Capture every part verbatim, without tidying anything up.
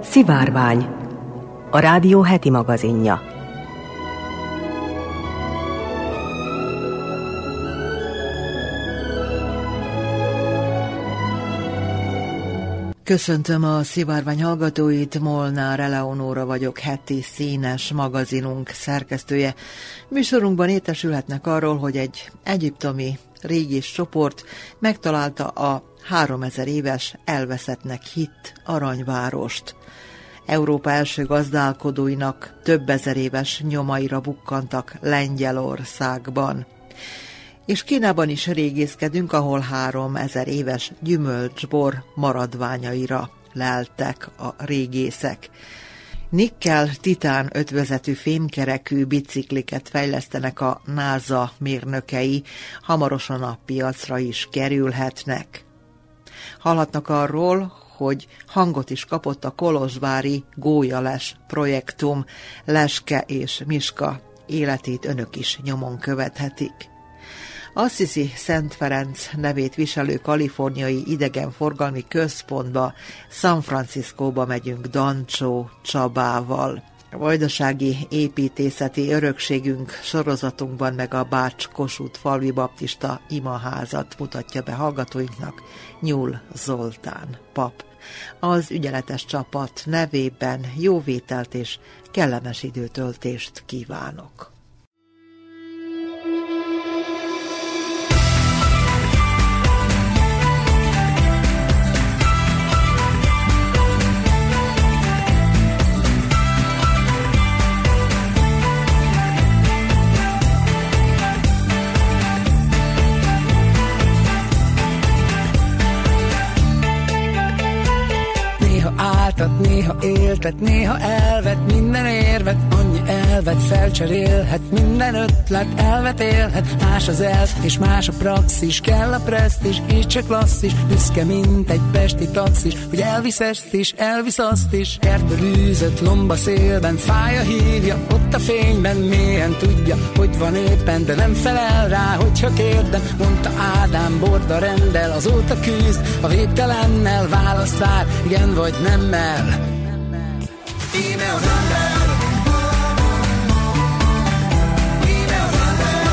Szivárvány, a rádió heti magazinja. Köszöntöm a Szivárvány hallgatóit, Molnár Eleonóra vagyok, heti színes magazinunk szerkesztője. Műsorunkban értesülhetnek arról, hogy egy egyiptomi régész csoport megtalálta a háromezer éves elveszettnek hitt aranyvárost. Európa első gazdálkodóinak több ezer éves nyomaira bukkantak Lengyelországban. És Kínában is régészkedünk, ahol háromezer éves gyümölcsbor maradványaira leltek a régészek. Nikkel-titán ötvözetű fémkerekű bicikliket fejlesztenek a NASA mérnökei, hamarosan a piacra is kerülhetnek. Hallhatnak arról, hogy hangot is kapott a kolozsvári gólyales projektum, Leske és Miska életét önök is nyomon követhetik. Assisi Szent Ferenc nevét viselő kaliforniai idegenforgalmi központba, San Franciscóba megyünk Dancsó Csabával. A vajdasági építészeti örökségünk sorozatunkban meg a Bács-Kossuth falvi baptista imaházat mutatja be hallgatóinknak Nyúl Zoltán pap. Az ügyeletes csapat nevében jó vételt és kellemes időtöltést kívánok! Néha éltet, néha elvet minden érvet, annyi elvet felcserélhet, minden ötlet elvet élhet, más az elv és más a praxis, kell a presztis és csak klasszis, büszke mint egy pesti taxis, hogy elvisz ezt is, elvisz azt is, kertből űzött lomba szélben, fája hívja, ott a fényben, mélyen tudja, hogy van éppen, de nem felel rá, hogyha kérdem, mondta Ádám, borda rendel, azóta küzd a végtelennel, választ vár, igen vagy nemmel. Íme az ember, íme az ember,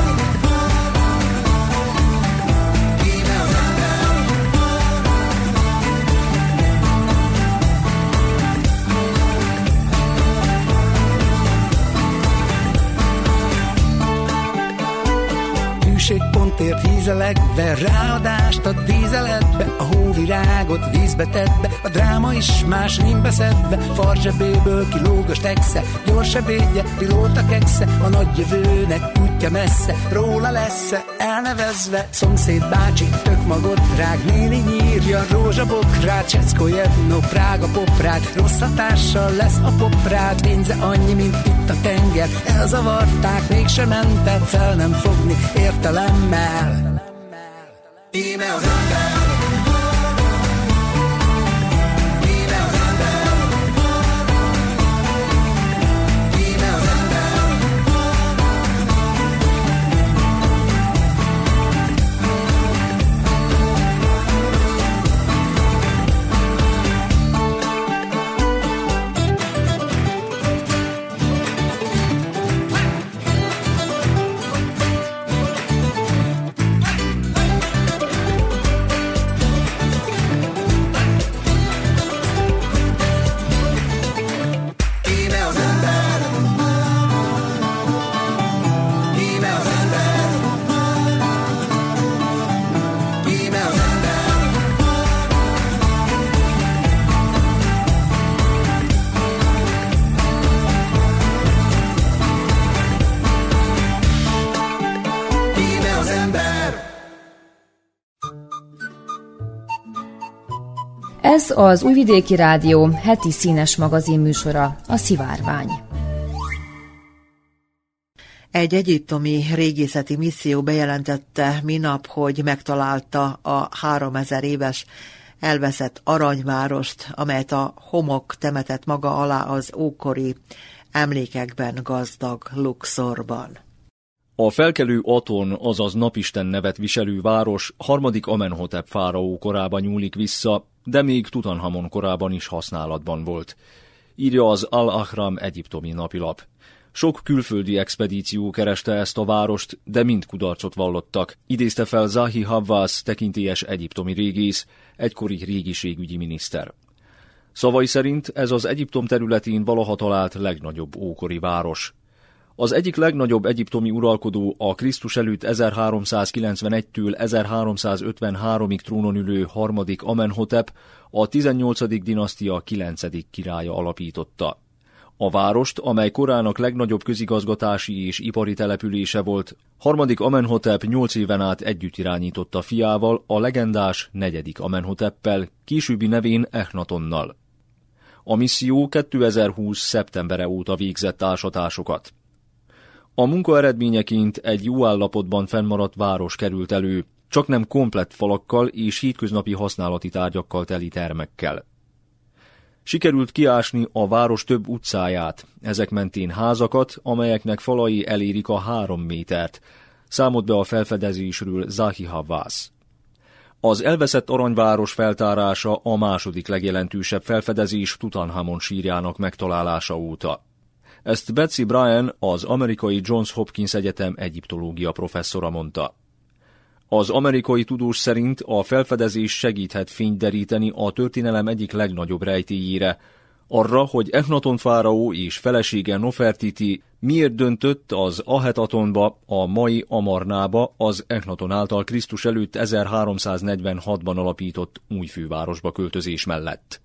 íme az ember. Hűségpontért hízelegve, ráadást a dízeletbe, a hóvirágot vízbe tett be, a dráma is más rímbe szedve, farzsebéből kilóg a stegsze, gyors ebédje, pilóta keksze, a nagy jövőnek útja messze, róla lesz-e elnevezve, szomszéd bácsi, tök magot rág, néni nyírja, rózsabokrát, Cseckojedno, Prága poprát, rossz hatással lesz a poprád, pénze annyi, mint itt a tenger, elzavarták, mégsem mentek, fel nem fogni értelemmel. Íme az ember, íme az ember, íme az ember. Ez az Újvidéki Rádió heti színes magazin műsora, a Szivárvány. Egy egyiptomi régészeti misszió bejelentette minap, hogy megtalálta a háromezer éves elveszett aranyvárost, amelyet a homok temetett maga alá az ókori emlékekben gazdag Luxorban. A felkelő Aton, azaz Napisten nevet viselő város harmadik Amenhotep fáraó korában nyúlik vissza, de még Tutanhamon korában is használatban volt. írja az Al-Ahram egyiptomi napilap. Sok külföldi expedíció kereste ezt a várost, de mind kudarcot vallottak, idézte fel Zahi Hawass tekintélyes egyiptomi régész, egykori régiségügyi miniszter. Szavai szerint ez az Egyiptom területén valaha talált legnagyobb ókori város. Az egyik legnagyobb egyiptomi uralkodó a Krisztus előtt ezerháromszázkilencvenegytől ezerháromszázötvenháromig trónon ülő harmadik Amenhotep, a tizennyolcadik dinasztia kilencedik királya alapította. A várost, amely korának legnagyobb közigazgatási és ipari települése volt, harmadik Amenhotep nyolc éven át együtt irányította fiával, a legendás negyedik Amenhoteppel, későbbi nevén Echnatonnal. A misszió kétezer-húsz. szeptembere óta végzett ásatásokat. A munka eredményeként egy jó állapotban fennmaradt város került elő, csak nem komplett falakkal és hétköznapi használati tárgyakkal teli termekkel. Sikerült kiásni a város több utcáját, ezek mentén házakat, amelyeknek falai elérik a három métert, számolt be a felfedezésről Zahi Hawass. Az elveszett aranyváros feltárása a második legjelentősebb felfedezés Tutanhamon sírjának megtalálása óta. Ezt Betsy Bryan, az amerikai Johns Hopkins Egyetem egyiptológia professzora mondta. Az amerikai tudós szerint a felfedezés segíthet fényt deríteni a történelem egyik legnagyobb rejtélyére, arra, hogy Echnaton fáraó és felesége Nofertiti miért döntött az Ahetatonba, a mai Amarnába, az Echnaton által Krisztus előtt ezerháromszáznegyvenhatban alapított új fővárosba költözés mellett.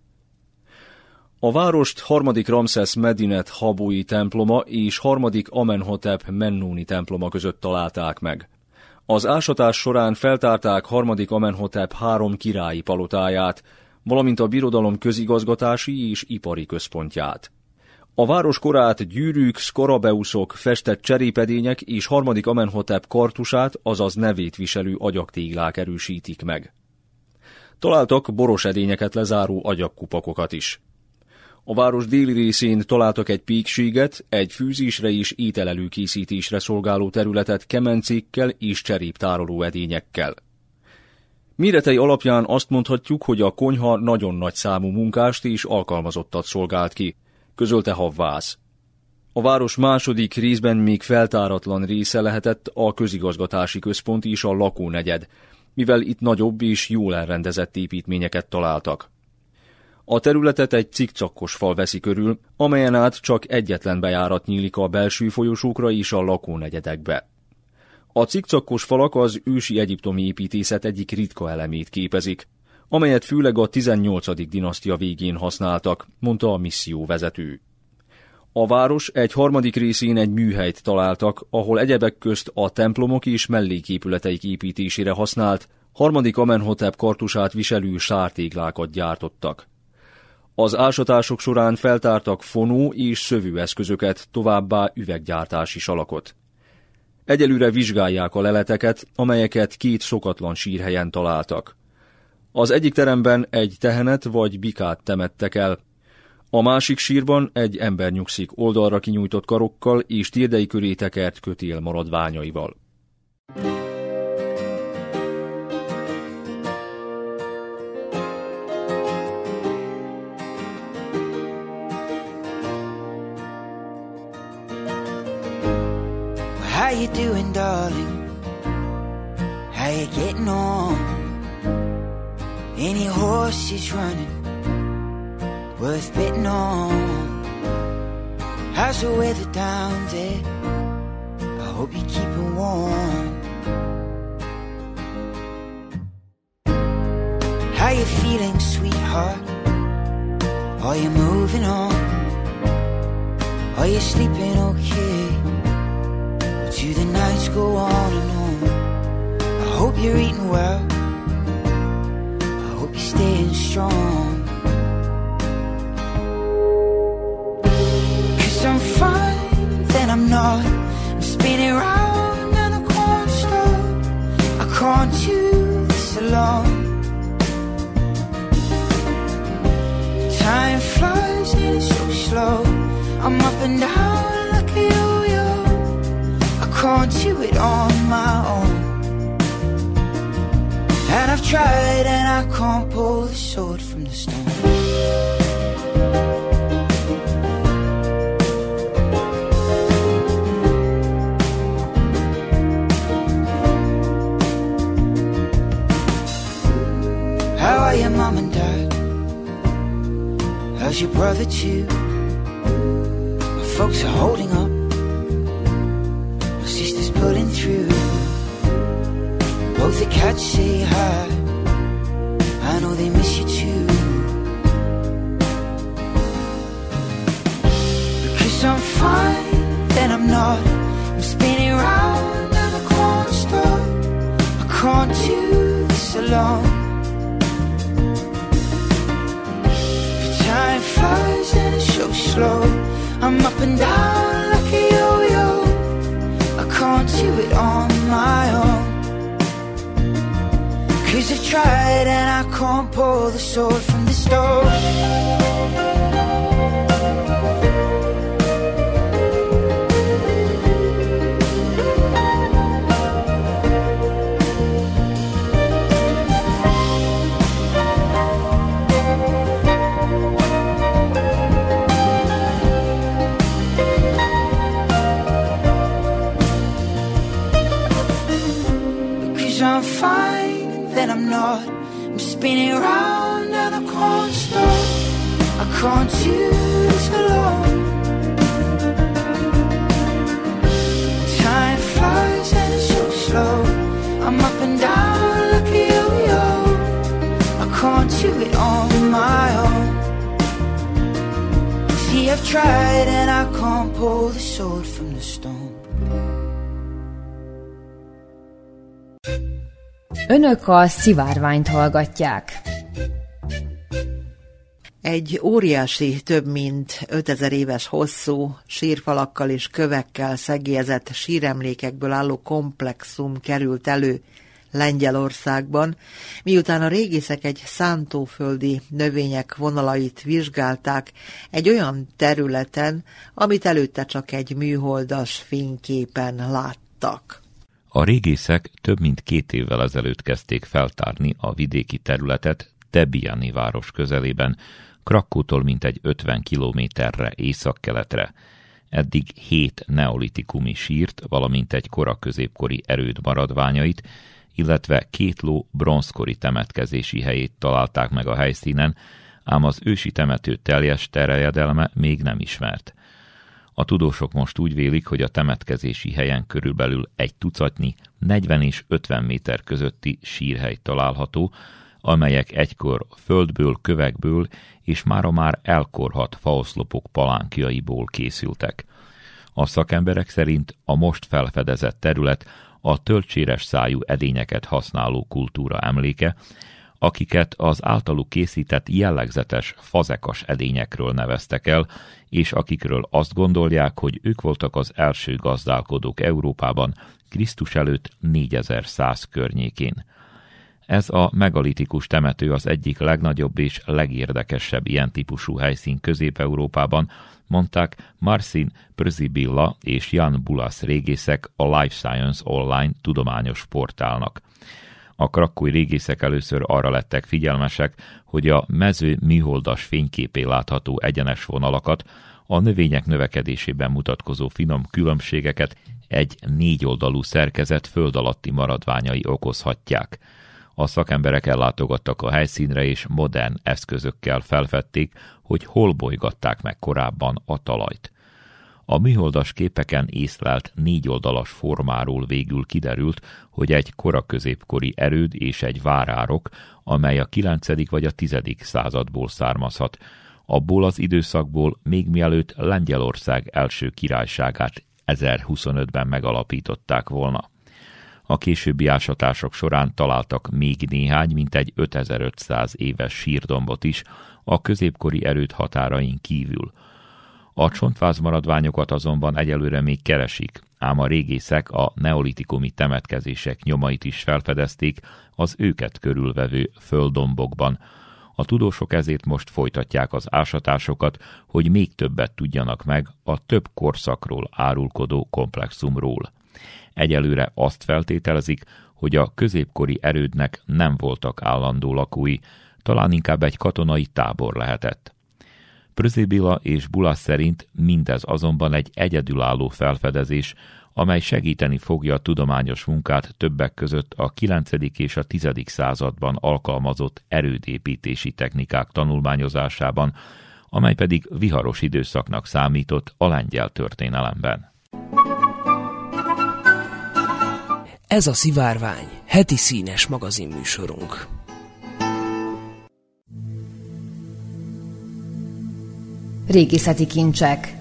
A várost harmadik Ramszesz Medinet Habói temploma és harmadik Amenhotep Mennóni temploma között találták meg. Az ásatás során feltárták harmadik Amenhotep három királyi palotáját, valamint a birodalom közigazgatási és ipari központját. A város korát gyűrűk, szkarabeuszok, festett cserépedények és harmadik Amenhotep kartusát, azaz nevét viselő agyagtéglák erősítik meg. Találtak boros edényeket lezáró agyagkupakokat is. A város déli részén találtak egy pékséget, egy fűzésre és ételelőkészítésre szolgáló területet kemencékkel és cseréptároló edényekkel. Méretei alapján azt mondhatjuk, hogy a konyha nagyon nagy számú munkást és alkalmazottat szolgált ki, közölte Hawass. A város második részben még feltáratlan része lehetett a közigazgatási központ és a lakónegyed, mivel itt nagyobb és jól elrendezett építményeket találtak. A területet egy cikcakkos fal veszi körül, amelyen át csak egyetlen bejárat nyílik a belső folyosókra és a lakónegyedekbe. A cikcakkos falak az ősi egyiptomi építészet egyik ritka elemét képezik, amelyet főleg a tizennyolcadik dinasztia végén használtak, mondta a misszió vezető. A város egy harmadik részén egy műhelyt találtak, ahol egyebek közt a templomok és melléképületeik építésére használt, harmadik Amenhotep kartusát viselő sártéglákat gyártottak. Az ásatások során feltártak fonó- és szövőeszközöket, továbbá üveggyártási salakot. Egyelőre vizsgálják a leleteket, amelyeket két szokatlan sírhelyen találtak. Az egyik teremben egy tehenet vagy bikát temettek el, a másik sírban egy ember nyugszik oldalra kinyújtott karokkal és térdei köré tekert kötél maradványaival. How you doing, darling? How you getting on? Any horses running worth betting on? How's the weather down there? I hope you keep it warm. How you feeling, sweetheart? Are you moving on? Are you sleeping okay? Do the nights go on and on? I hope you're eating well. I hope you're staying strong. 'Cause I'm fine, then I'm not. I'm spinning round and I can't stop. I can't do this alone. Time flies and it's so slow. I'm up and down like a yo-yo. I can't do it on my own. And I've tried and I can't pull the sword from the stone. for two. My folks are holding up, my sister's pulling through. Both the cats say hi, I know they miss you too. Because I'm fine, then I'm not. I'm spinning round and I can't stop. I can't do this alone. The time flies and it's so slow. I'm up and down like a yo-yo. I can't do it on my own. Cause I've tried and I can't pull the sword from the stone. I'm fine, then I'm not. I'm spinning round and I can't stop. I can't do this alone. Time flies and it's so slow. I'm up and down like a yo-yo. I can't do it on my own. See, I've tried and I can't pull the sword from the stone. Önök a Szivárványt hallgatják. Egy óriási, több mint ötezer éves hosszú, sírfalakkal és kövekkel szegélyezett síremlékekből álló komplexum került elő Lengyelországban, miután a régészek egy szántóföldi növények vonalait vizsgálták egy olyan területen, amit előtte csak egy műholdas fényképen láttak. A régészek több mint két évvel ezelőtt kezdték feltárni a vidéki területet Debiani város közelében, Krakótól mintegy ötven kilométerre északkeletre. Eddig hét neolitikumi sírt, valamint egy koraközépkori erőd maradványait, illetve két ló bronzkori temetkezési helyét találták meg a helyszínen, ám az ősi temető teljes terjedelme még nem ismert. A tudósok most úgy vélik, hogy a temetkezési helyen körülbelül egy tucatnyi, negyven és ötven méter közötti sírhely található, amelyek egykor földből, kövekből és mára már elkorhadt faoszlopok palánkjaiból készültek. A szakemberek szerint a most felfedezett terület a tölcséres szájú edényeket használó kultúra emléke, akiket az általuk készített jellegzetes fazekas edényekről neveztek el, és akikről azt gondolják, hogy ők voltak az első gazdálkodók Európában Krisztus előtt négyezer-száz környékén. Ez a megalitikus temető az egyik legnagyobb és legérdekesebb ilyen típusú helyszín Közép-Európában, mondták Marcin Przybilla és Jan Bulasz régészek a Life Science Online tudományos portálnak. A krakói régészek először arra lettek figyelmesek, hogy a mező műholdas fényképén látható egyenes vonalakat, a növények növekedésében mutatkozó finom különbségeket egy négyoldalú szerkezet föld alatti maradványai okozhatják. A szakemberek ellátogattak a helyszínre, és modern eszközökkel felfedték, hogy hol bolygatták meg korábban a talajt. A műholdas képeken észlelt négyoldalas formáról végül kiderült, hogy egy koraközépkori erőd és egy várárok, amely a kilencedik vagy a tizedik századból származhat. Abból az időszakból még mielőtt Lengyelország első királyságát ezerhuszonötben megalapították volna. A későbbi ásatások során találtak még néhány, mintegy ötezer-ötszáz éves sírdombot is a középkori erőd határain kívül. A csontváz maradványokat azonban egyelőre még keresik, ám a régészek a neolitikumi temetkezések nyomait is felfedezték az őket körülvevő földdombokban. A tudósok ezért most folytatják az ásatásokat, hogy még többet tudjanak meg a több korszakról árulkodó komplexumról. Egyelőre azt feltételezik, hogy a középkori erődnek nem voltak állandó lakói, talán inkább egy katonai tábor lehetett. Przybilla és Bulasz szerint mindez azonban egy egyedülálló felfedezés, amely segíteni fogja a tudományos munkát többek között a kilencedik és a tizedik században alkalmazott erődépítési technikák tanulmányozásában, amely pedig viharos időszaknak számított a lengyel történelemben. Ez a Szivárvány, heti színes magazinműsorunk. Régészeti kincsek.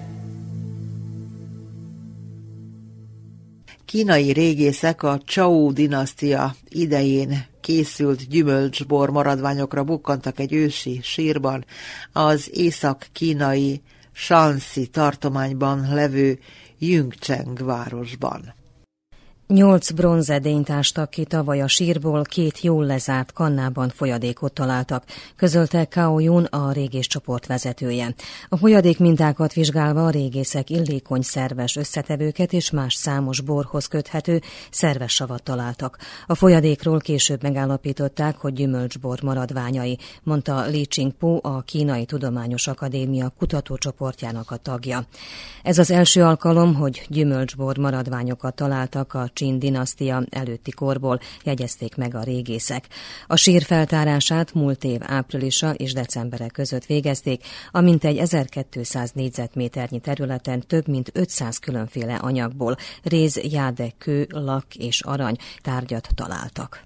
Kínai régészek a Zhou dinasztia idején készült gyümölcsbor maradványokra bukkantak egy ősi sírban az észak-kínai Shanxi tartományban levő Yuncheng városban. Nyolc bronzedényt ástak ki tavaly a sírból, két jól lezárt kannában folyadékot találtak, közölte Cao Yun, a régészcsoport vezetője. A folyadék mintákat vizsgálva a régészek illékony szerves összetevőket és más számos borhoz köthető szerves savat találtak. A folyadékról később megállapították, hogy gyümölcsbor maradványai, mondta Li Qingpu, a Kínai Tudományos Akadémia kutatócsoportjának a tagja. Ez az első alkalom, hogy gyümölcsbor maradványokat találtak a Qin dinasztia előtti korból, jegyezték meg a régészek. A sír feltárását múlt év áprilisa és decembere között végezték, a mintegy ezerkétszáz négyzetméternyi területen több mint ötszáz különféle anyagból, réz, jáde, kő, lak és arany tárgyat találtak.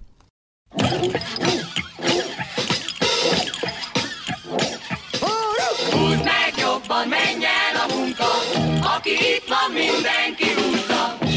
Húzd meg jobban, menj el a munka, aki itt van, mindenki húzza.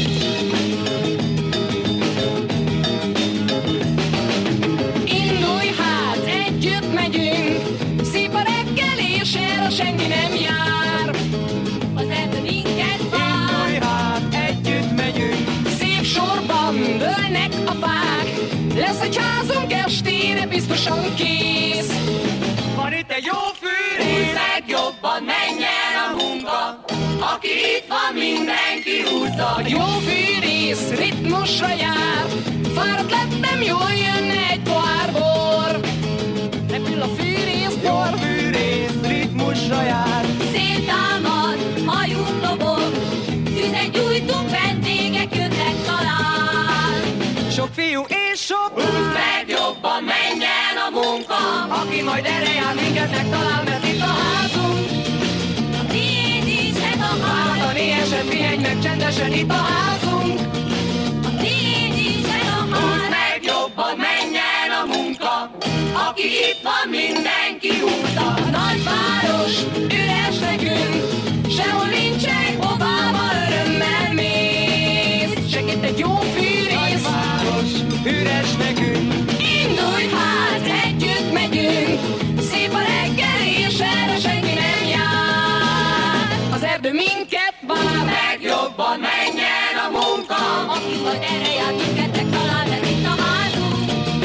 Senki nem jár, az erdő minket vár. Indulj hát, együtt megyünk, szép sorban dőlnek a fák. Lesz egy házunk estére, biztosan kész. Van itt egy jó fűrész. Húzd meg jobban, menj el a munka, aki itt van, mindenki húzza. A jó fűrész ritmusra jár, fáradt lettem, jól jönne egy pohár bor. Repül a fűrész, bor. Jó fűrész ritmusra jár. Széttámad, hajuk lobog, tüzet gyújtunk, vendégek jönnek talán. Sok fiú és sok húzd meg jobban, menj el a munka, aki majd erre jár, minket megtalál, mert itt a házunk. A tiéd is ez a ház. Hát a néhesen pihenj meg csendesen, itt a házunk. A tiéd is ez a ház. Húzd meg jobban, menj el a munka, aki itt van, mindenki húzza. A nagyváros üres nekünk, sehol nincsen, hová örömmel mész. Segít egy jó fűrész, nagyváros üres nekünk. Indulj hát, együtt megyünk, szép a reggel és erre senki nem jár. Az erdő minket vár, meg jobban menj el a munka, aki majd erre jár, minket megtalál, mert itt a házunk.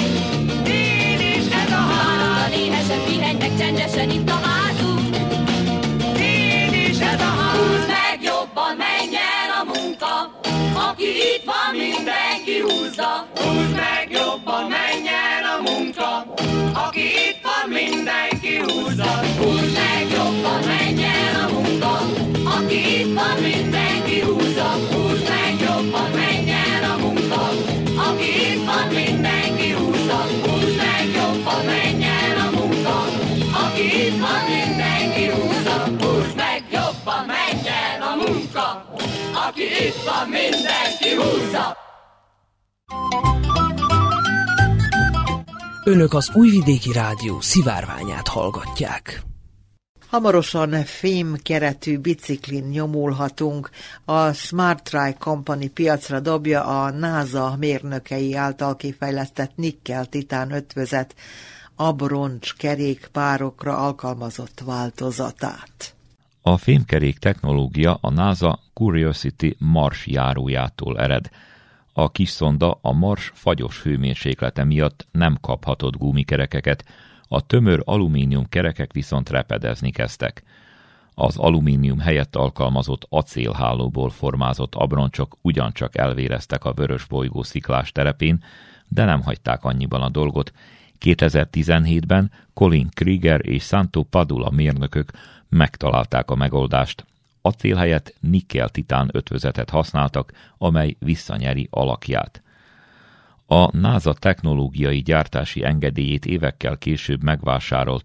Én is ez a ház. Néhesen pihentek csendesen, itt a házunk. Én is ez a ház. Húzd meg jobban, menj el a munka, aki itt van, mindenki húzza. Húzd meg jobban, menj el a munka, aki itt van, mindenki húzza. Húzd meg jobban, menj el a munka, aki itt van, mindenki húzza. Húzd meg jobban, menj el a munka, aki itt van, mindenki húzza. Húzd meg jobban, menj el a munka, aki itt van, mindenki húzza. Húzd meg jobban, menj el a munka, aki itt van, mindenki húzza. Önök az Újvidéki Rádió szivárványát hallgatják. Hamarosan fémkeretű biciklin nyomulhatunk. A SmartRide Company piacra dobja a NASA mérnökei által kifejlesztett nikkel-titán ötvözet abroncs kerékpárokra alkalmazott változatát. A fémkerék technológia a NASA Curiosity Mars járójától ered. A kis szonda a Mars fagyos hőmérséklete miatt nem kaphatott gumikerekeket, a tömör alumínium kerekek viszont repedezni kezdtek. Az alumínium helyett alkalmazott acélhálóból formázott abroncsok ugyancsak elvéreztek a vörös bolygó sziklás terepén, de nem hagyták annyiban a dolgot. kétezer-tizenhétben Colin Krieger és Santo Padula mérnökök megtalálták a megoldást. Acél helyett nikkel-titán ötvözetet használtak, amely visszanyeri alakját. A NASA technológiai gyártási engedélyét évekkel később megvásárolta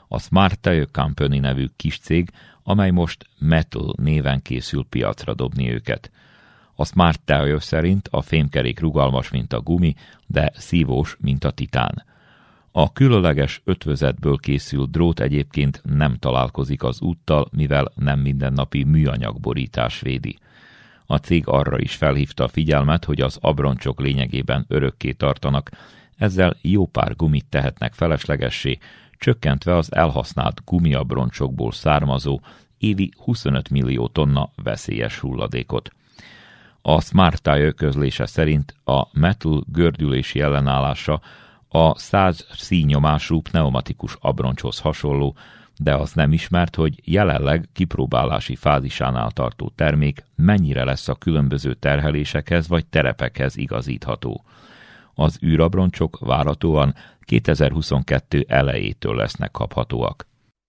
a Smart Tire Company nevű kis cég, amely most Metal néven készül piacra dobni őket. A Smart Tire szerint a fémkerék rugalmas, mint a gumi, de szívós, mint a titán. A különleges ötvözetből készült drót egyébként nem találkozik az úttal, mivel nem mindennapi műanyagborítás védi. A cég arra is felhívta a figyelmet, hogy az abroncsok lényegében örökké tartanak, ezzel jó pár gumit tehetnek feleslegessé, csökkentve az elhasznált gumiabroncsokból származó évi huszonöt millió tonna veszélyes hulladékot. A Smart Tire közlése szerint a Metal gördülési ellenállása a száz színyomású pneumatikus abroncshoz hasonló, de az nem ismert, hogy jelenleg kipróbálási fázisánál tartó termék mennyire lesz a különböző terhelésekhez vagy terepekhez igazítható. Az űrabroncsok várhatóan kétezer-huszonkettő elejétől lesznek kaphatóak.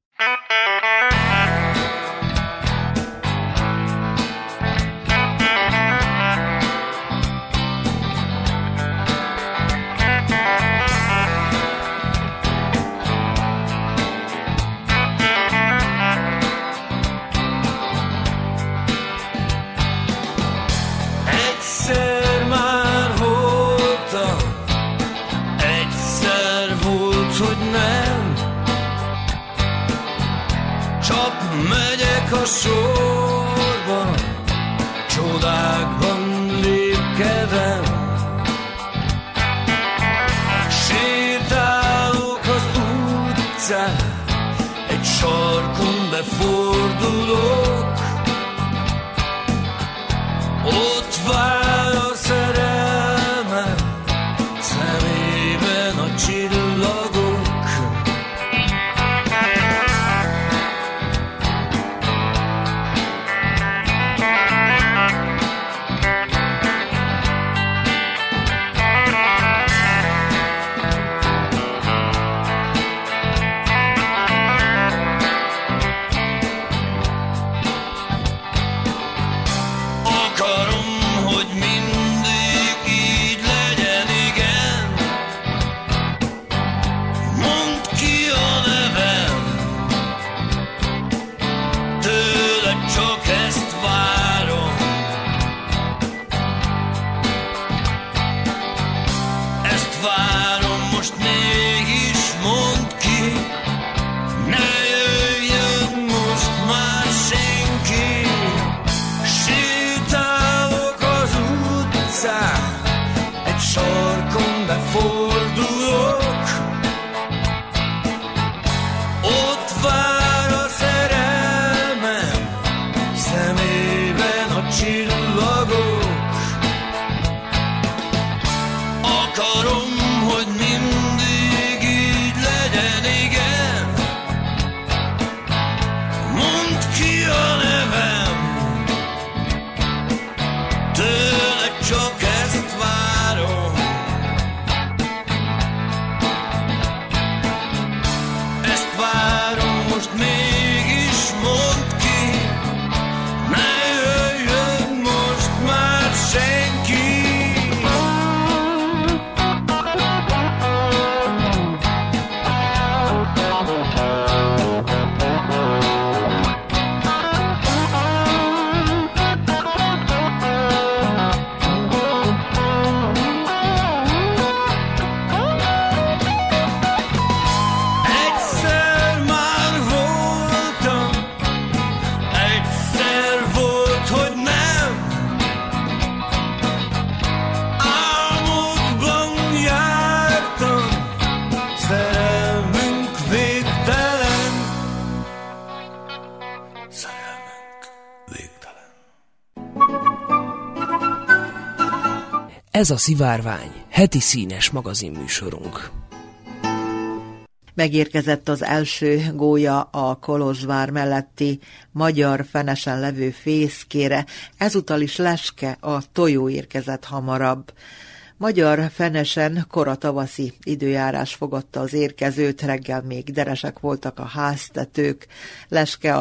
A sorban, csodákban lépkedem, sétálok az utcán, egy sarkon befordulok, ott vár a szerelme, szemében a csillagok. Ez a Szivárvány, heti színes magazinműsorunk. Megérkezett az első gólya a Kolozsvár melletti Magyar Fenesen levő fészkére, ezúttal is Leske, a tojó érkezett hamarabb. Magyar Fenesen kora tavaszi időjárás fogadta az érkezőt, reggel még deresek voltak a háztetők. Leske a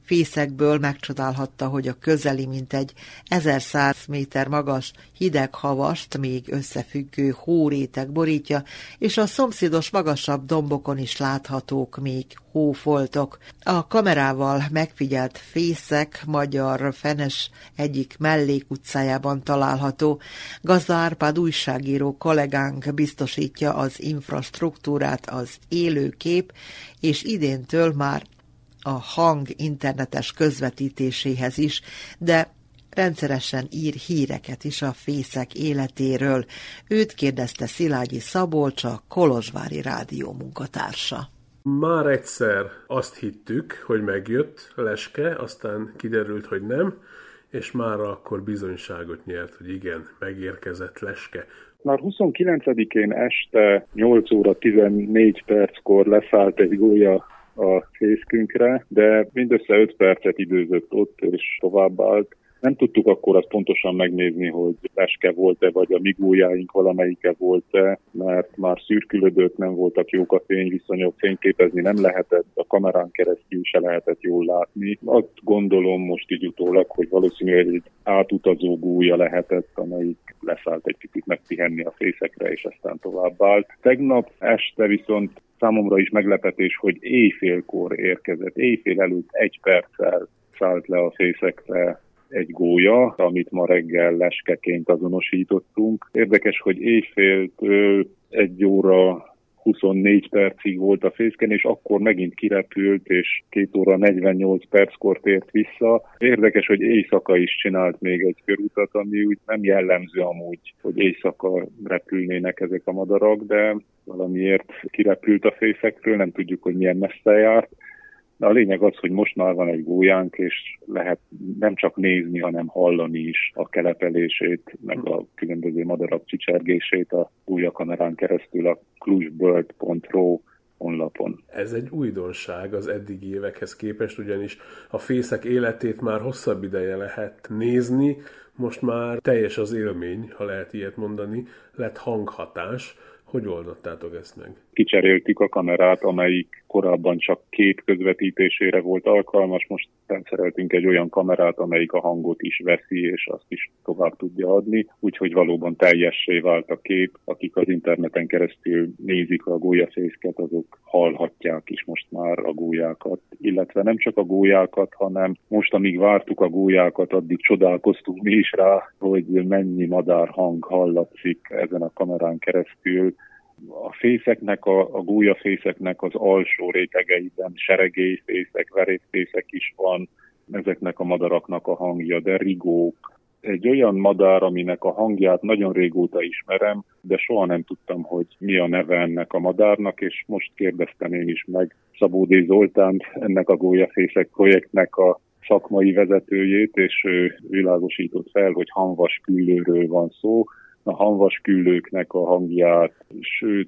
fészekből megcsodálhatta, hogy a közeli mintegy ezerszáz méter magas hideghavast még összefüggő hóréteg borítja, és a szomszédos magasabb dombokon is láthatók még hófoltok. A kamerával megfigyelt fészek Magyar Fenes egyik mellékutcájában található. Gazda Árpád újságíró kollégánk biztosítja az infrastruktúrát az élőkép, és idéntől már a hang internetes közvetítéséhez is, de rendszeresen ír híreket is a fészek életéről. Őt kérdezte Szilágyi Szabolcs, a Kolozsvári Rádió munkatársa. Már egyszer azt hittük, hogy megjött Leske, aztán kiderült, hogy nem, és már akkor bizonyságot nyert, hogy igen, megérkezett Leske. Már huszonkilencedikén este nyolc óra tizennégy perckor leszállt egy gólya a fészkünkre, de mindössze öt percet időzött ott, és továbbállt. Nem tudtuk akkor azt pontosan megnézni, hogy leske volt-e, vagy a mi gólyáink valamelyike volt-e, mert már szürkülödött, nem voltak jók a fényviszonyok, fényképezni nem lehetett, a kamerán keresztül se lehetett jól látni. Azt gondolom most így utólag, hogy valószínűleg egy átutazó gólya lehetett, amelyik leszállt egy kicsit megpihenni a fészekre, és aztán továbbállt. Tegnap este viszont számomra is meglepetés, hogy éjfélkor érkezett. Éjfél előtt egy perccel szállt le a fészekre egy gólya, amit ma reggel leskeként azonosítottunk. Érdekes, hogy éjféltől egy óra huszonnégy percig volt a fészken, és akkor megint kirepült, és két óra negyvennyolc perckor tért vissza. Érdekes, hogy éjszaka is csinált még egy körutat, ami úgy nem jellemző amúgy, hogy éjszaka repülnének ezek a madarak, de valamiért kirepült a fészekről, nem tudjuk, hogy milyen messze járt. A lényeg az, hogy most már van egy gólyánk, és lehet nem csak nézni, hanem hallani is a kelepelését, meg a különböző madarak csicsergését a gólyakamerán keresztül a clujbird pont ro honlapon. Ez egy újdonság az eddigi évekhez képest, ugyanis a fészek életét már hosszabb ideje lehet nézni, most már teljes az élmény, ha lehet ilyet mondani, lett hanghatás. Hogy oldottátok ezt meg? Kicseréltük a kamerát, amelyik korábban csak kép közvetítésére volt alkalmas, most rendszereltünk egy olyan kamerát, amelyik a hangot is veszi, és azt is tovább tudja adni, úgyhogy valóban teljessé vált a kép. Akik az interneten keresztül nézik a gólyafészket, azok hallhatják is most már a gólyákat, illetve nem csak a gólyákat, hanem most, amíg vártuk a gólyákat, addig csodálkoztunk mi is rá, hogy mennyi madárhang hallatszik ezen a kamerán keresztül. A fészeknek, a, a gólyafészeknek az alsó rétegeiben seregélyfészek, verészfészek is van, ezeknek a madaraknak a hangja, de rigók. Egy olyan madár, aminek a hangját nagyon régóta ismerem, de soha nem tudtam, hogy mi a neve ennek a madárnak, és most kérdeztem én is meg Szabó D. Zoltánt, ennek a gólyafészek projektnek a szakmai vezetőjét, és ő világosított fel, hogy hanvasküllőről van szó. A hanvasküllőknek a hangját, sőt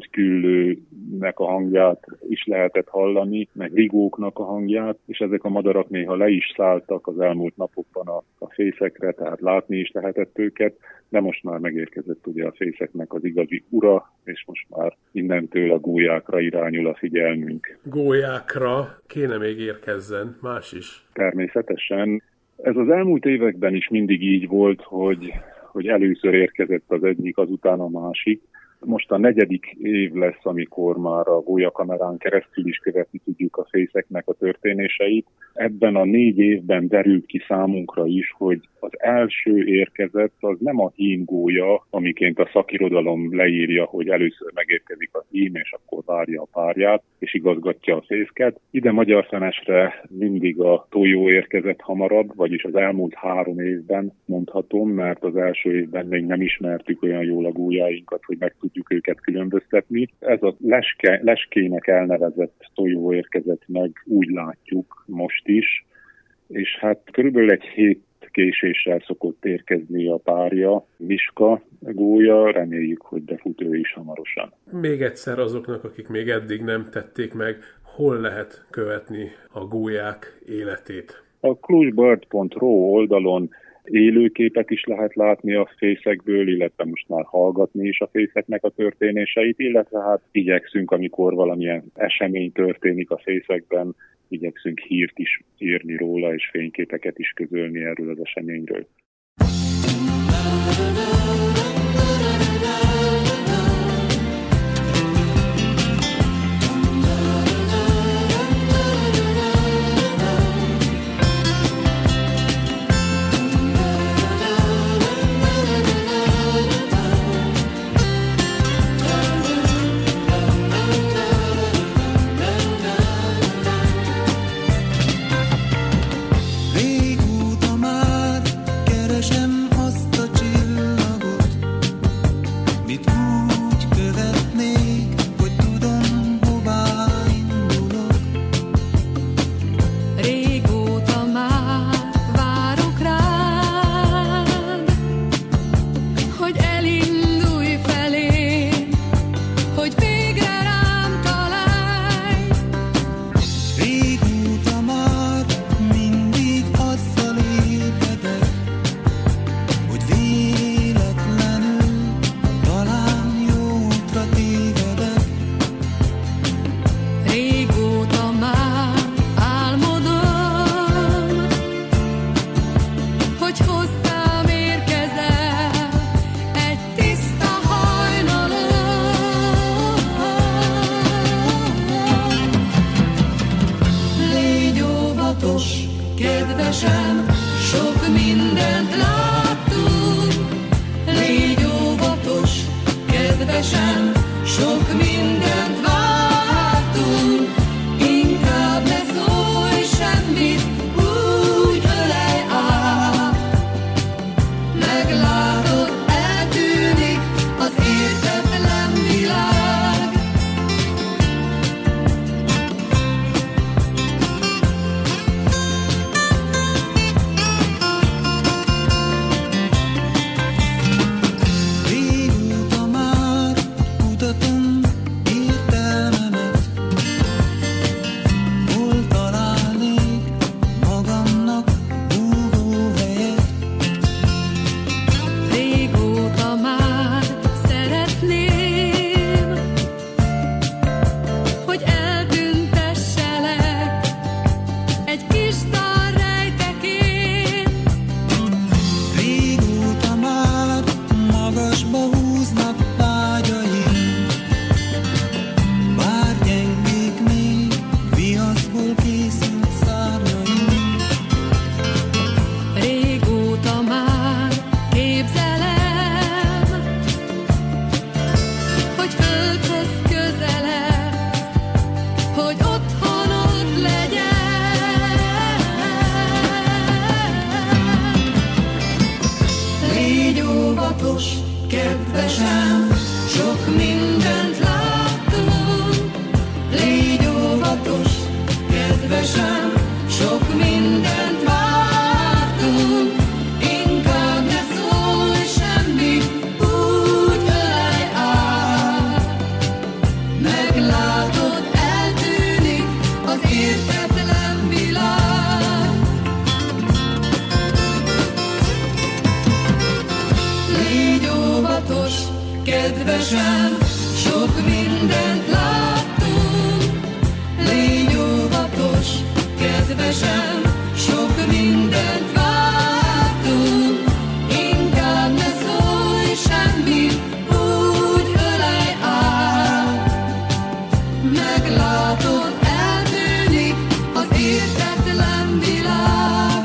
zöldküllőnek a hangját is lehetett hallani, meg rigóknak a hangját, és ezek a madarak néha le is szálltak az elmúlt napokban a, a fészekre, tehát látni is lehetett őket, de most már megérkezett ugye a fészeknek az igazi ura, és most már innentől a gólyákra irányul a figyelmünk. Gólyákra kéne még érkezzen, más is? Természetesen. Ez az elmúlt években is mindig így volt, hogy hogy először érkezett az egyik, azután a másik. Most a negyedik év lesz, amikor már a gólyakamerán keresztül is követni tudjuk a fészeknek a történéseit. Ebben a négy évben derült ki számunkra is, hogy az első érkezett az nem a hímgólya, amiként a szakirodalom leírja, hogy először megérkezik a hím, és akkor várja a párját, és igazgatja a fészket. Ide Magyarfenesre mindig a tojó érkezett hamarabb, vagyis az elmúlt három évben mondhatom, mert az első évben még nem ismertük olyan jól a gólyáinkat, hogy meg tudjuk őket különböztetni. Ez a leske, leskének elnevezett tojó érkezett meg, úgy látjuk most is, és hát körülbelül egy hét késéssel szokott érkezni a párja, Miska gólya, reméljük, hogy befut ő is hamarosan. Még egyszer azoknak, akik még eddig nem tették meg, hol lehet követni a gólyák életét? A clujbird pont ro oldalon élőképet is lehet látni a fészekből, illetve most már hallgatni is a fészeknek a történéseit, illetve hát igyekszünk, amikor valamilyen esemény történik a fészekben, igyekszünk hírt is írni róla, és fényképeket is közölni erről az eseményről. Kedvesem, sok mindent láttunk, légy óvatos, kedvesem, sok mindent vártunk, inkább ne szólj semmit, úgy ölelj át. Meglátod, eltűnik az értetlen világ.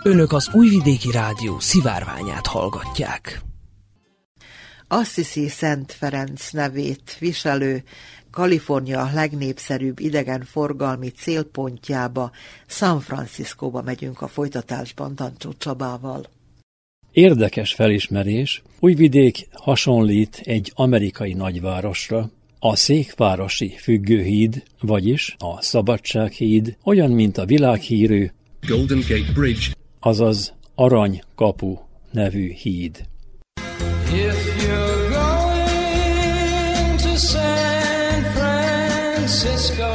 Önök az Újvidéki Rádió szivárványát hallgatják. Assisi Szent Ferenc nevét viselő, Kalifornia legnépszerűbb idegenforgalmi célpontjába, San Franciscóba megyünk a folytatásban Dancsó Csabával. Érdekes felismerés, Újvidék hasonlít egy amerikai nagyvárosra. A székvárosi függőhíd, vagyis a Szabadsághíd olyan, mint a világhírű Golden Gate Bridge, azaz Aranykapu nevű híd. If you're going to San Francisco.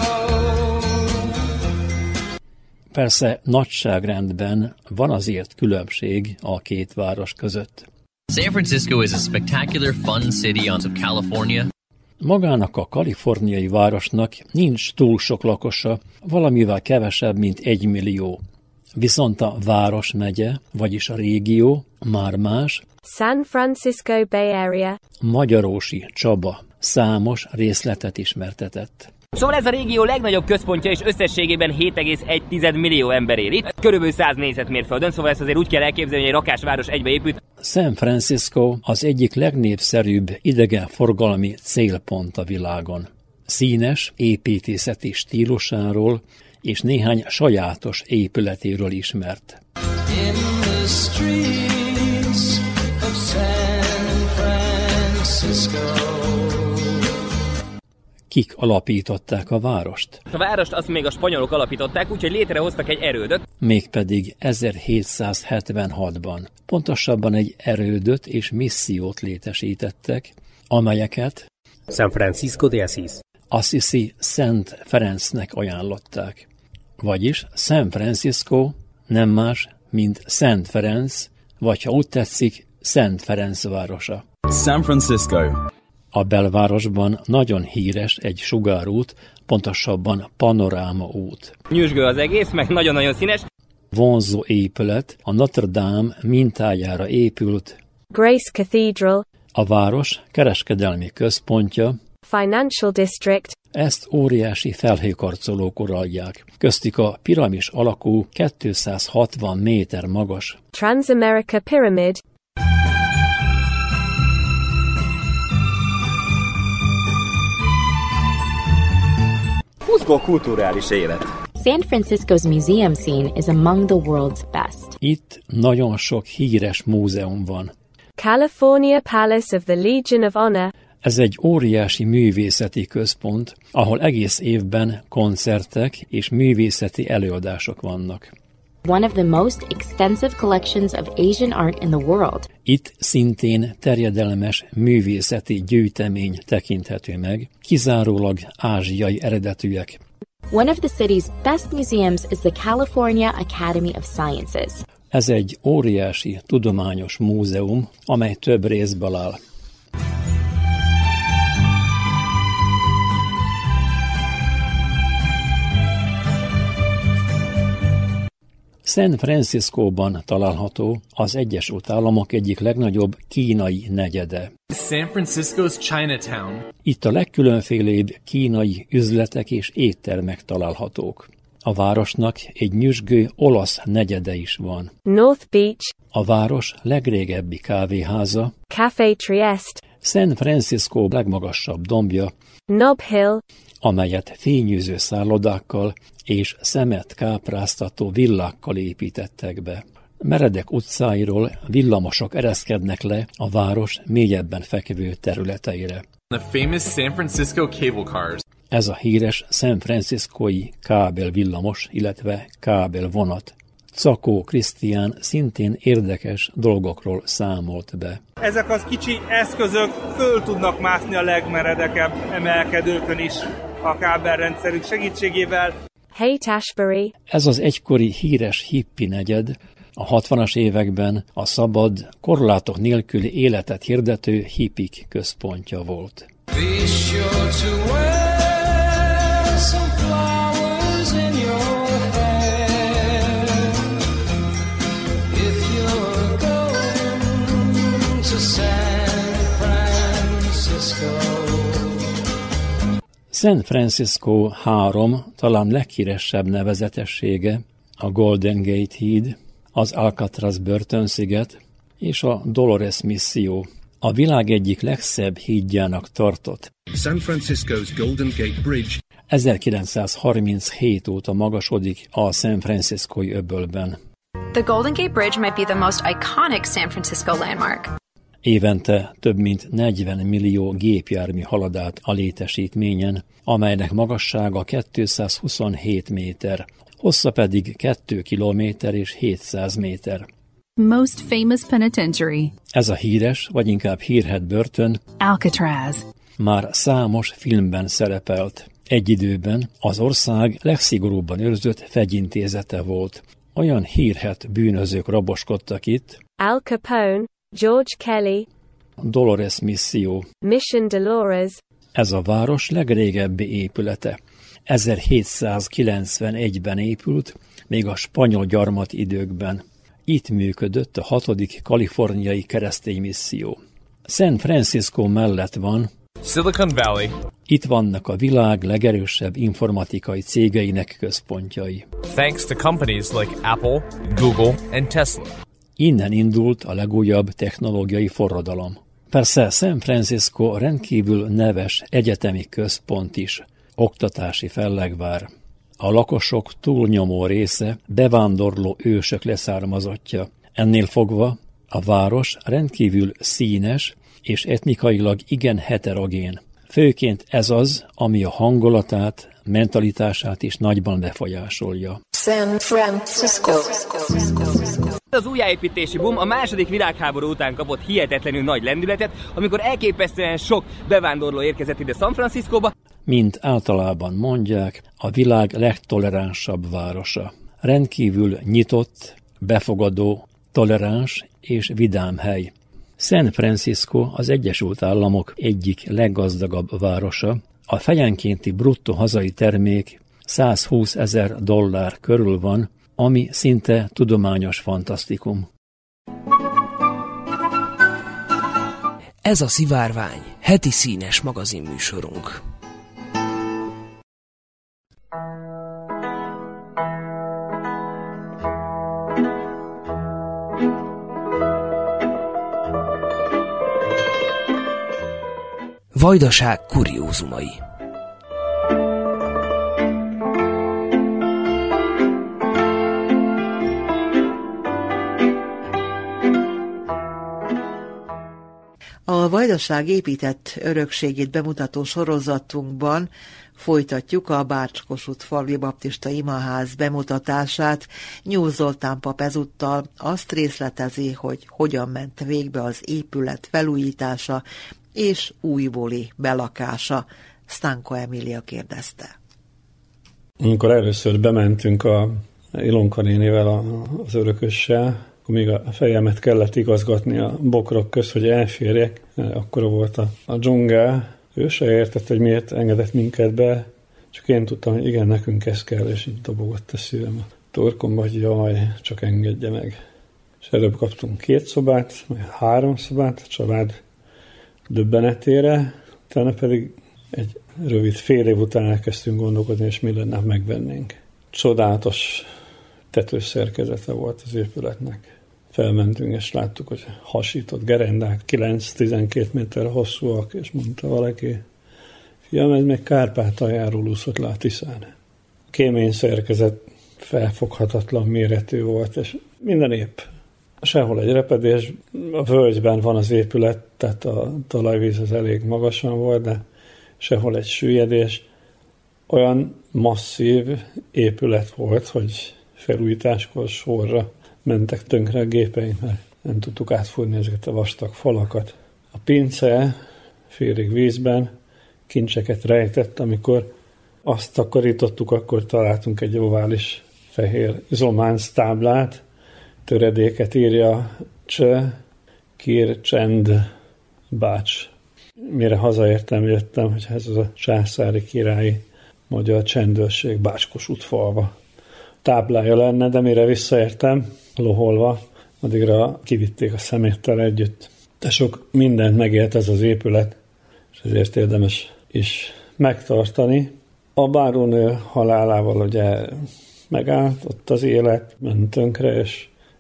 Persze nagyságrendben van azért különbség a két város között. San Francisco is a spectacular, fun city on California. Magának a kaliforniai városnak nincs túl sok lakosa, valamivel kevesebb, mint egy millió. Viszont a városmegye, vagyis a régió már más. San Francisco Bay Area. Magyarósi Csaba számos részletet ismertetett. Szóval ez a régió legnagyobb központja, és összességében hét egész egy millió ember él itt, körülbelül száz négyzetmérföldön, szóval ezt azért úgy kell elképzelni, hogy egy rakásváros egybe épült. San Francisco az egyik legnépszerűbb idegenforgalmi célpont a világon. Színes építészeti stílusáról és néhány sajátos épületéről ismert. In the streets of San Francisco. Kik alapították a várost? A várost azt még a spanyolok alapították, úgyhogy létrehoztak egy erődöt. Mégpedig ezerhétszázhetvenhatban. Pontosabban egy erődöt és missziót létesítettek, amelyeket San Francisco de Asís, Assisi Szent Ferencnek ajánlották. Vagyis San Francisco nem más, mint Szent Ferenc, vagy ha úgy tetszik, Szent Ferenc városa. San Francisco. A belvárosban nagyon híres egy sugárút, pontosabban panoráma út. Nyüzsgő az egész, meg nagyon-nagyon színes. Vonzó épület, a Notre Dame mintájára épült. Grace Cathedral. A város kereskedelmi központja. Financial District. Ezt óriási felhőkarcolók uralják. Köztük a piramis alakú kétszázhatvan méter magas Transamerica Pyramid. Húzgó kulturális élet. San Francisco's museum scene is among the world's best. Itt nagyon sok híres múzeum van. California Palace of the Legion of Honor. Ez egy óriási művészeti központ, ahol egész évben koncertek és művészeti előadások vannak. One of the most extensive collections of Asian art in the world. Itt szintén terjedelmes művészeti gyűjtemény tekinthető meg, kizárólag ázsiai eredetűek. One of the city's best museums is the California Academy of Sciences. Ez egy óriási tudományos múzeum, amely több részből áll. San Franciscóban található az Egyesült Államok egyik legnagyobb kínai negyede. San Francisco's Chinatown. Itt a legkülönfélébb kínai üzletek és éttermek találhatók. A városnak egy nyüzsgő olasz negyede is van. North Beach. A város legrégebbi kávéháza. Café Trieste. San Francisco legmagasabb dombja. Nob Hill. Amelyet fényűző szállodákkal és szemet kápráztató villákkal építettek be. Meredek utcáiról villamosok ereszkednek le a város mélyebben fekvő területeire. The famous San Francisco cable cars. Ez a híres San Franciscói kábel villamos, illetve kábel vonat. Czakó Krisztián szintén érdekes dolgokról számolt be. Ezek az kicsi eszközök föl tudnak mászni a legmeredekebb emelkedőkön is a kábelrendszerük segítségével. Haight-Ashbury. Ez az egykori híres hippi negyed, a hatvanas években a szabad, korlátok nélküli életet hirdető hippik központja volt. Be sure to wear some flowers in your hair if you're going to San Francisco. San Francisco három, talán leghíresebb nevezetessége, a Golden Gate híd, az Alcatraz börtönsziget és a Dolores misszió, a világ egyik legszebb hídjának tartott. San Francisco's Golden Gate Bridge ezerkilencszázharminchét óta magasodik a San Franciscói öbölben. The Golden Gate Bridge might be the most iconic San Francisco landmark. Évente több mint negyven millió gépjármű halad át a létesítményen, amelynek magassága kétszázhuszonhét méter, hossza pedig két kilométer és hétszáz méter. Most famous penitentiary. Ez a híres, vagy inkább hírhedt börtön, Alcatraz, már számos filmben szerepelt. Egy időben az ország legszigorúbban őrzött fegyintézete volt. Olyan hírhedt bűnözők raboskodtak itt: Al Capone, George Kelly, Dolores misszió. Mission Dolores. Ez a város legrégebbi épülete. ezerhétszázkilencvenegyben épült, még a spanyol gyarmat időkben. Itt működött a hatodik kaliforniai keresztény misszió. San Francisco mellett van Silicon Valley. Itt vannak a világ legerősebb informatikai cégeinek központjai. Thanks to companies like Apple, Google and Tesla. Innen indult a legújabb technológiai forradalom. Persze San Francisco rendkívül neves egyetemi központ is, oktatási fellegvár. A lakosok túlnyomó része bevándorló ősök leszármazottja. Ennél fogva a város rendkívül színes és etnikailag igen heterogén. Főként ez az, ami a hangulatát, mentalitását is nagyban befolyásolja. San Francisco. Az újjáépítési boom a második világháború után kapott hihetetlenül nagy lendületet, amikor elképesztően sok bevándorló érkezett ide San Franciscóba. Mint általában mondják, a világ legtoleránsabb városa. Rendkívül nyitott, befogadó, toleráns és vidám hely. San Francisco az Egyesült Államok egyik leggazdagabb városa. A fejenkénti bruttó hazai termék százhúszezer dollár körül van, ami szinte tudományos fantasztikum. Ez a Szivárvány, heti színes magazinműsorunk. Vajdaság kuriózumai. A Vajdaság épített örökségét bemutató sorozatunkban folytatjuk a Bács-Kossuth-falvi baptista imaház bemutatását. Nyúl Zoltán pap ezúttal azt részletezi, hogy hogyan ment végbe az épület felújítása és újbóli belakása. Stanko Emília kérdezte. Amikor először bementünk a Ilonka nénivel az örökössel, akkor még a fejemet kellett igazgatni a bokrok közt, hogy elférjek. Akkora volt a, a dzsungel. Ő se értett, hogy miért engedett minket be, csak én tudtam, hogy igen, nekünk ez kell, és így dobogott a szívem a torkomba, hogy jaj, csak engedje meg. És előbb kaptunk két szobát, majd három szobát a család döbbenetére, utána pedig egy rövid fél év után elkezdtünk gondolkodni, és mi lenne, ha megvennénk. Csodálatos tetőszerkezete volt az épületnek. Felmentünk, és láttuk, hogy hasított gerendák, kilenc-tizenkét méter hosszúak, és mondta valaki, fiam, ez még Kárpátaljáról úszott le a Tiszán. Kémény szerkezet felfoghatatlan méretű volt, és minden épp. Sehol egy repedés, a völgyben van az épület, tehát a talajvíz az elég magasan volt, de sehol egy süllyedés. Olyan masszív épület volt, hogy felújításkor sorra mentek tönkre a gépeink, mert nem tudtuk átfúrni ezeket a vastag falakat. A pince félig vízben kincseket rejtett, amikor azt takarítottuk, akkor találtunk egy ovális fehér izománc táblát, töredéket írja Cseh, Kir, Csend, Bács. Mire hazaértem, jöttem, hogy ez az a császári királyi magyar csendőrség Bács-Kossuth-falva táblája lenne, de mire visszaértem, loholva, addigra kivitték a szeméttel együtt. De sok mindent megélt ez az épület, és ezért érdemes is megtartani. A bárónő halálával ugye megállt ott az élet, ment tönkre, és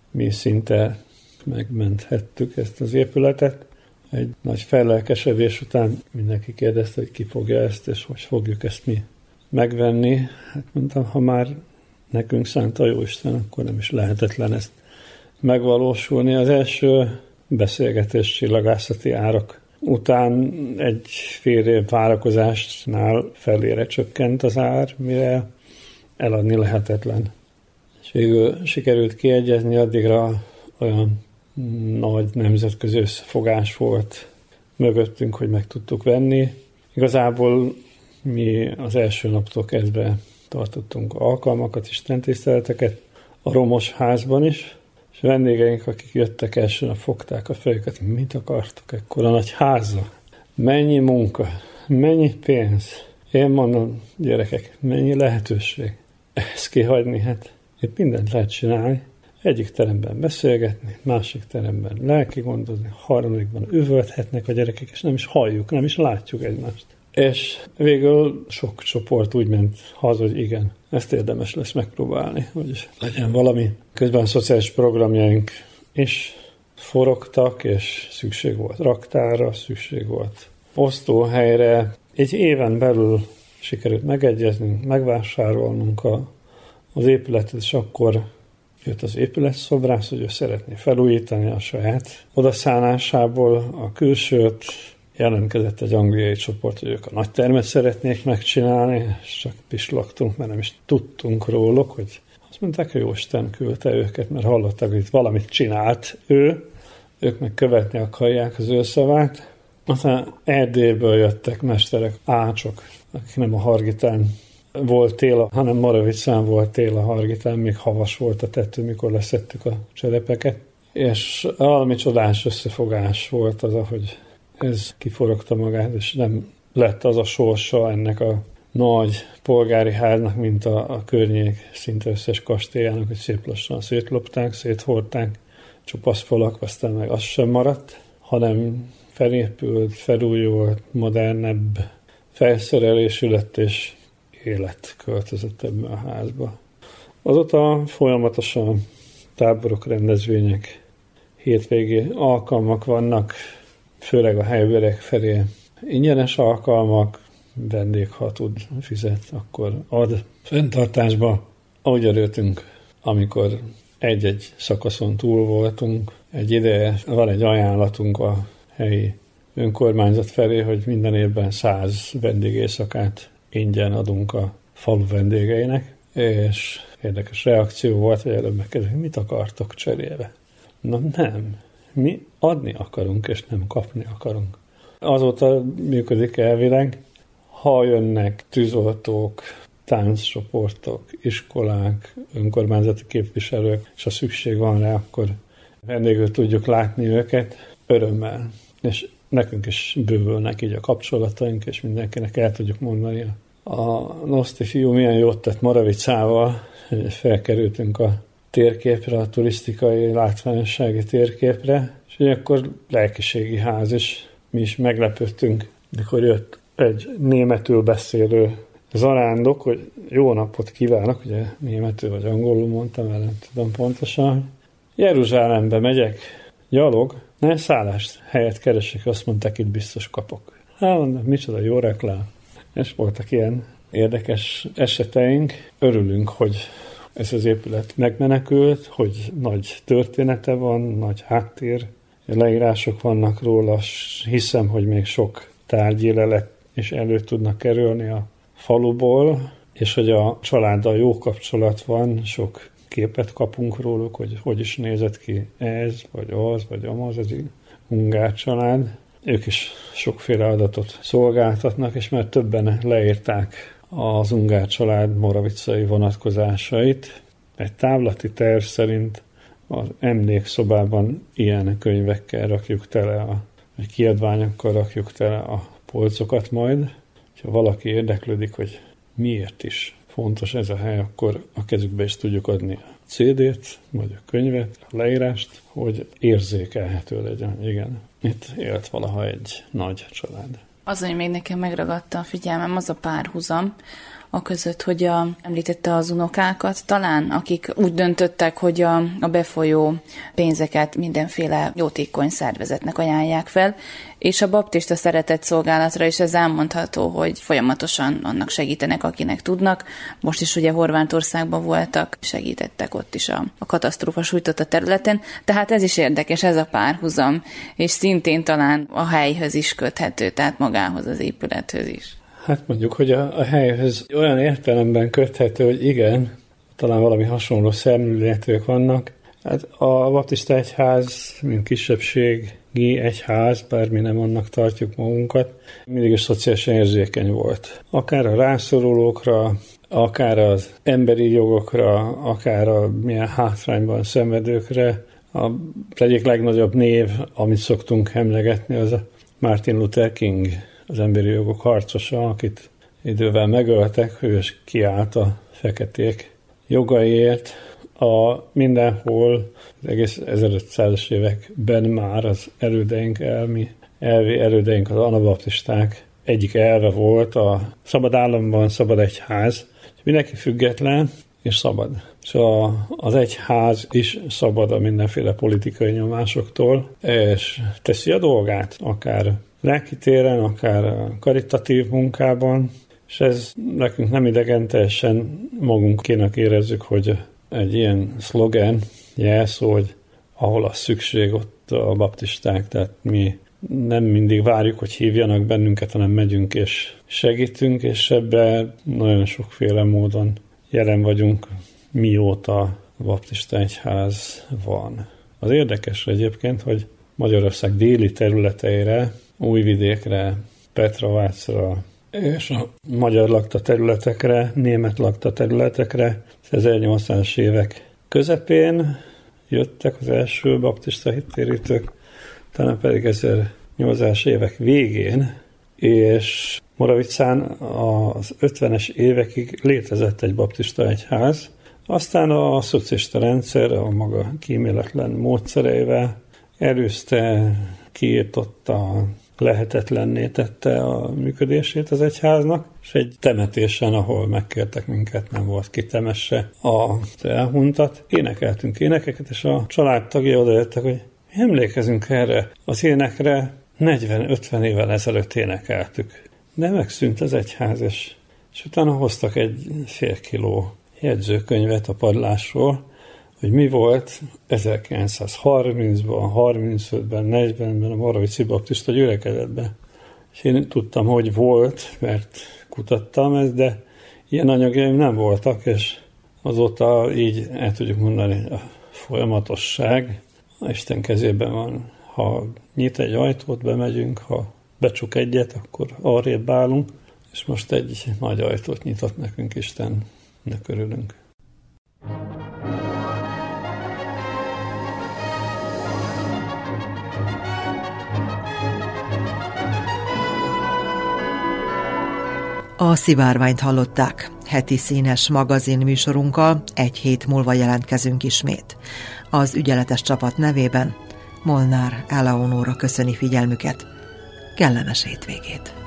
mi szinte megmenthettük ezt az épületet. Egy nagy fellelkesedés után mindenki kérdezte, hogy ki fogja ezt, és hogy fogjuk ezt mi megvenni. Hát mondtam, ha már nekünk szánta a Jóisten, akkor nem is lehetetlen ezt megvalósulni. Az első beszélgetés csillagászati árak után egy fél év várakozásnál felére csökkent az ár, mire eladni lehetetlen. És végül sikerült kiegyezni, addigra olyan nagy nemzetközi összefogás volt mögöttünk, hogy meg tudtuk venni. Igazából mi az első naptól kezdve tartottunk alkalmakat, istentiszteleteket a romos házban is, és a vendégeink, akik jöttek első nap, fogták a fejüket, mit akartok ekkora nagy házza? Mennyi munka, mennyi pénz? Én mondom, gyerekek, mennyi lehetőség ezt kihagyni, hát itt mindent lehet csinálni. Egyik teremben beszélgetni, másik teremben lelki gondozni, harmadikban üvölthetnek a gyerekek, és nem is halljuk, nem is látjuk egymást. És végül sok csoport úgy ment haza, hogy igen, ezt érdemes lesz megpróbálni, hogy legyen valami. Közben a szociális programjaink is forogtak, és szükség volt raktárra, szükség volt osztóhelyre. Egy éven belül sikerült megegyeznünk, megvásárolnunk a, az épületet, és akkor jött az épületszobrász, hogy ő szeretné felújítani a saját odaszánásából a külsőt. Jelentkezett egy angliai csoport, hogy ők a nagy termet szeretnék megcsinálni, és csak pislogtunk, mert nem is tudtunk róluk, hogy azt mondták, hogy Jóisten küldte őket, mert hallották, hogy itt valamit csinált ő, ők meg követni akarják az ő szavát. Aztán Erdélyből jöttek mesterek, ácsok, akik nem a Hargitán volt tél, hanem Moravicán volt tél a Hargitán, még havas volt a tető, mikor leszettük a cserepeket. És valami csodás összefogás volt az, ahogy ez kiforogta magát, és nem lett az a sorsa ennek a nagy polgári háznak, mint a, a környék szinte összes kastélyának, hogy szép lassan szétlopták, széthordták, csupasz falak, aztán meg az sem maradt, hanem felépült, felújult, modernebb felszerelésű lett, és élet költözött ebbe a házba. Azóta folyamatosan táborok, rendezvények, hétvégi alkalmak vannak, főleg a helybérek felé ingyenes alkalmak, vendég, ha tud, fizet, akkor ad fenntartásba. Ahogy örültünk, amikor egy-egy szakaszon túl voltunk, egy ideje van egy ajánlatunk a helyi önkormányzat felé, hogy minden évben száz vendégészakát ingyen adunk a falu vendégeinek, és érdekes reakció volt, hogy előbb megkérdezünk, mit akartok cserébe? Na nem, mi adni akarunk, és nem kapni akarunk. Azóta működik elvileg, ha jönnek tűzoltók, tánccsoportok, iskolák, önkormányzati képviselők, és ha szükség van rá, akkor vendégül tudjuk látni őket örömmel. És nekünk is bővülnek így a kapcsolataink, és mindenkinek el tudjuk mondani. A Noszti fiú milyen jót tett Moravicával, felkerültünk a térképre, a turisztikai látványossági térképre, és akkor lelkiségi ház is. Mi is meglepődtünk, mikor jött egy németül beszélő zarándok, hogy jó napot kívánok, ugye németül vagy angolul mondtam, mert nem tudom pontosan. Jeruzsálembe megyek, gyalog, ne szállást helyet keresek, azt mondták, itt biztos kapok. Hát mondom, micsoda jó reklám. És voltak ilyen érdekes eseteink. Örülünk, hogy ez az épület megmenekült, hogy nagy története van, nagy háttér, leírások vannak róla, hiszem, hogy még sok tárgyi lelet és elő tudnak kerülni a faluból, és hogy a családdal jó kapcsolat van, sok képet kapunk róluk, hogy hogy is nézett ki ez, vagy az, vagy amaz, ez egy ungár család. Ők is sokféle adatot szolgáltatnak, és már többen leírták az ungár család moravicai vonatkozásait. Egy távlati terv szerint az emlékszobában ilyen könyvekkel rakjuk tele, a, vagy kiadványokkal rakjuk tele a polcokat majd. Ha valaki érdeklődik, hogy miért is fontos ez a hely, akkor a kezükbe is tudjuk adni a cé dét, vagy a könyvet, a leírást, hogy érzékelhető legyen. Igen, itt élt valaha egy nagy család. Az, hogy még nekem megragadta a figyelmem, az a párhuzam, a között, hogy a, említette az unokákat talán, akik úgy döntöttek, hogy a, a befolyó pénzeket mindenféle jótékony szervezetnek ajánlják fel, és a baptista szeretetszolgálatra is ez elmondható, hogy folyamatosan annak segítenek, akinek tudnak. Most is ugye Horvátországban voltak, segítettek ott is a, a katasztrófa sújtotta területen, tehát ez is érdekes, ez a párhuzam, és szintén talán a helyhöz is köthető, tehát magához az épülethöz is. Hát mondjuk, hogy a, a helyhöz olyan értelemben köthető, hogy igen, talán valami hasonló szemléletűek vannak. Hát a baptista egyház, mint kisebbségi egyház, bármi nem annak tartjuk magunkat, mindig is szociálisan érzékeny volt. Akár a rászorulókra, akár az emberi jogokra, akár a milyen hátrányban szenvedőkre. A egyik legnagyobb név, amit szoktunk emlegetni, az a Martin Luther King, az emberi jogok harcosa, akit idővel megöltek, ő is kiállt a feketék jogaiért. A mindenhol, az egész ezerötszázas években már az erődeink, elmi, elvi erődeink, az anabaptisták egyik elve volt, a szabad államban szabad egyház, mindenki független és szabad. Szóval az egyház is szabad a mindenféle politikai nyomásoktól, és teszi a dolgát, akár lelkitéren, akár karitatív munkában, és ez nekünk nem idegen, teljesen magunkénak érezzük, hogy egy ilyen szlogen, jelszó, hogy ahol az szükség, ott a baptisták, tehát mi nem mindig várjuk, hogy hívjanak bennünket, hanem megyünk és segítünk, és ebben nagyon sokféle módon jelen vagyunk, mióta a baptista egyház van. Az érdekes egyébként, hogy Magyarország déli területeire, Újvidékre, Petravácra és a magyar lakta területekre, német lakta területekre ezernyolcvanas évek közepén jöttek az első baptista hittérítők, talán pedig ezernyolcvanas évek végén, és Moravicán az ötvenes évekig létezett egy baptista egyház, aztán a szocialista rendszer a maga kíméletlen módszereivel elűzte, kiirtotta, lehetetlenné tette a működését az egyháznak, és egy temetésen, ahol megkértek minket, nem volt kitemesse az elhuntat, énekeltünk énekeket, és a családtagjai odajöttek, hogy mi emlékezünk erre az énekre, negyven-ötven évvel ezelőtt énekeltük. De megszűnt az egyház, és, és utána hoztak egy fél kiló jegyzőkönyvet a padlásról, hogy mi volt ezerkilencszázharmincban, harmincötben, negyvenben a Moravici baptista gyülekezetben. És én tudtam, hogy volt, mert kutattam ezt, de ilyen anyagjaim nem voltak, és azóta így el tudjuk mondani, a folyamatosság Isten kezében van. Ha nyit egy ajtót, bemegyünk, ha becsuk egyet, akkor arrébb állunk, és most egy nagy ajtót nyitott nekünk Isten, ne körülünk. A Szivárványt hallották. Heti színes magazin műsorunkkal egy hét múlva jelentkezünk ismét. Az ügyeletes csapat nevében Molnár Eleonóra köszöni figyelmüket. Kellemes hétvégét!